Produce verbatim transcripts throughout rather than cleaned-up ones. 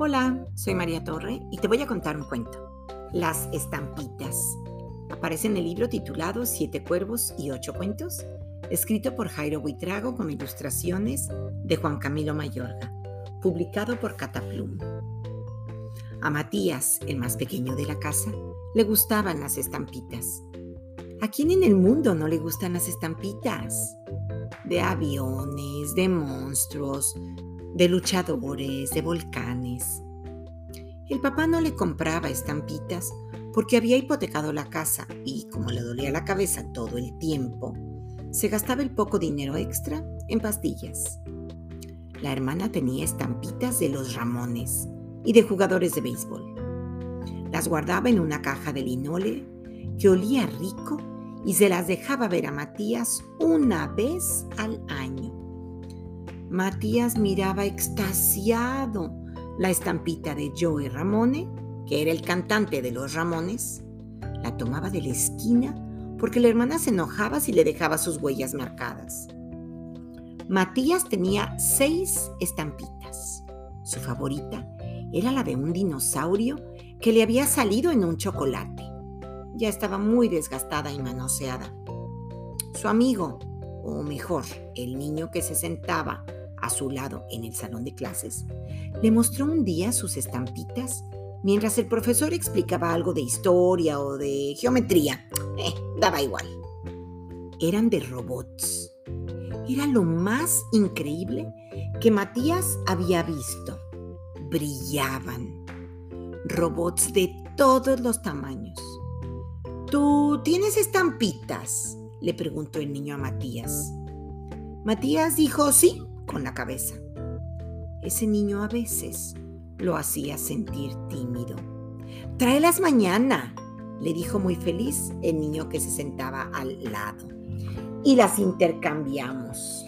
Hola, soy María Torre y te voy a contar un cuento. Las estampitas. Aparece en el libro titulado Siete cuervos y ocho cuentos, escrito por Jairo Buitrago con ilustraciones de Juan Camilo Mayorga, publicado por Cataplum. A Matías, el más pequeño de la casa, le gustaban las estampitas. ¿A quién en el mundo no le gustan las estampitas? De aviones, de monstruos, de luchadores, de volcanes. El papá no le compraba estampitas porque había hipotecado la casa y, como le dolía la cabeza todo el tiempo, se gastaba el poco dinero extra en pastillas. La hermana tenía estampitas de los Ramones y de jugadores de béisbol. Las guardaba en una caja de linole que olía rico y se las dejaba ver a Matías una vez al año. Matías miraba extasiado la estampita de Joey Ramone, que era el cantante de los Ramones. La tomaba de la esquina porque la hermana se enojaba si le dejaba sus huellas marcadas. Matías tenía seis estampitas. Su favorita era la de un dinosaurio que le había salido en un chocolate. Ya estaba muy desgastada y manoseada. Su amigo, o mejor, el niño que se sentaba a su lado en el salón de clases, le mostró un día sus estampitas mientras el profesor explicaba algo de historia o de geometría. Eh, daba igual. Eran de robots. Era lo más increíble que Matías había visto. Brillaban. Robots de todos los tamaños. ¿Tú tienes estampitas?, le preguntó el niño a Matías. Matías dijo sí con la cabeza. Ese niño a veces lo hacía sentir tímido. «Tráelas mañana», le dijo muy feliz el niño que se sentaba al lado. «Y las intercambiamos».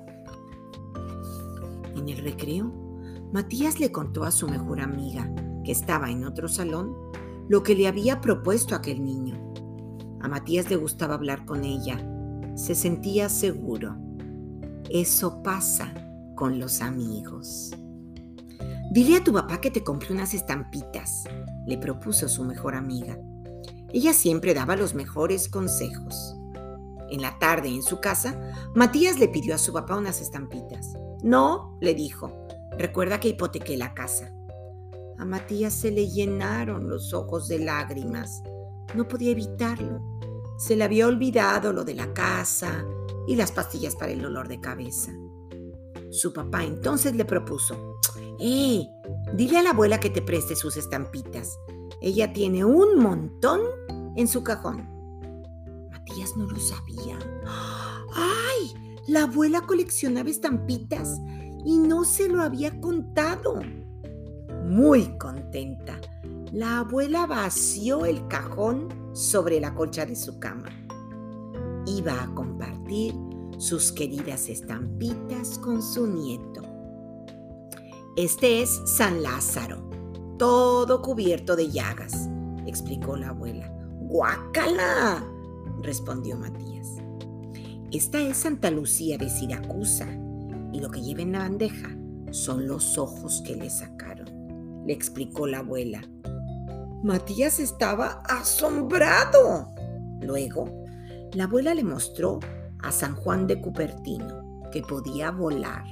En el recreo, Matías le contó a su mejor amiga, que estaba en otro salón, lo que le había propuesto aquel niño. A Matías le gustaba hablar con ella. Se sentía seguro. Eso pasa con los amigos. «Dile a tu papá que te compré unas estampitas», le propuso su mejor amiga. Ella siempre daba los mejores consejos. En la tarde, en su casa, Matías le pidió a su papá unas estampitas. «No», le dijo, «recuerda que hipotequé la casa». A Matías se le llenaron los ojos de lágrimas. No podía evitarlo. Se le había olvidado lo de la casa y las pastillas para el dolor de cabeza. Su papá entonces le propuso: «Eh, dile a la abuela que te preste sus estampitas. Ella tiene un montón en su cajón». Matías no lo sabía. ¡Ay! La abuela coleccionaba estampitas y no se lo había contado. Muy contenta, la abuela vació el cajón sobre la colcha de su cama. Iba a compartir sus queridas estampitas con su nieto. «Este es San Lázaro, todo cubierto de llagas», explicó la abuela. «¡Guácala!», respondió Matías. «Esta es Santa Lucía de Siracusa y lo que lleva en la bandeja son los ojos que le sacaron», le explicó la abuela. Matías estaba asombrado. Luego, la abuela le mostró a San Juan de Cupertino, que podía volar,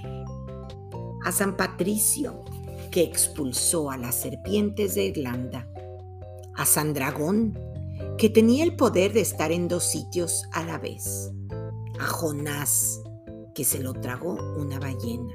a San Patricio, que expulsó a las serpientes de Irlanda, a San Dragón, que tenía el poder de estar en dos sitios a la vez, a Jonás, que se lo tragó una ballena.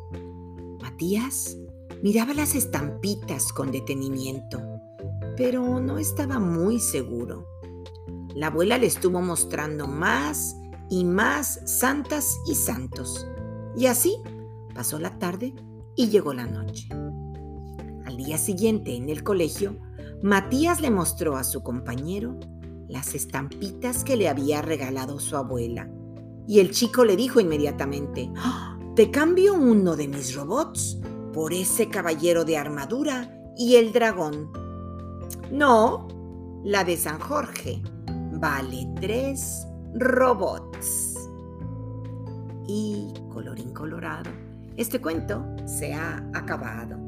Matías miraba las estampitas con detenimiento, pero no estaba muy seguro. La abuela le estuvo mostrando más y más santas y santos. Y así pasó la tarde y llegó la noche. Al día siguiente, en el colegio, Matías le mostró a su compañero las estampitas que le había regalado su abuela. Y el chico le dijo inmediatamente: «¡Ah! Te cambio uno de mis robots por ese caballero de armadura y el dragón». «No, la de San Jorge vale tres robots». Y, colorín colorado, este cuento se ha acabado.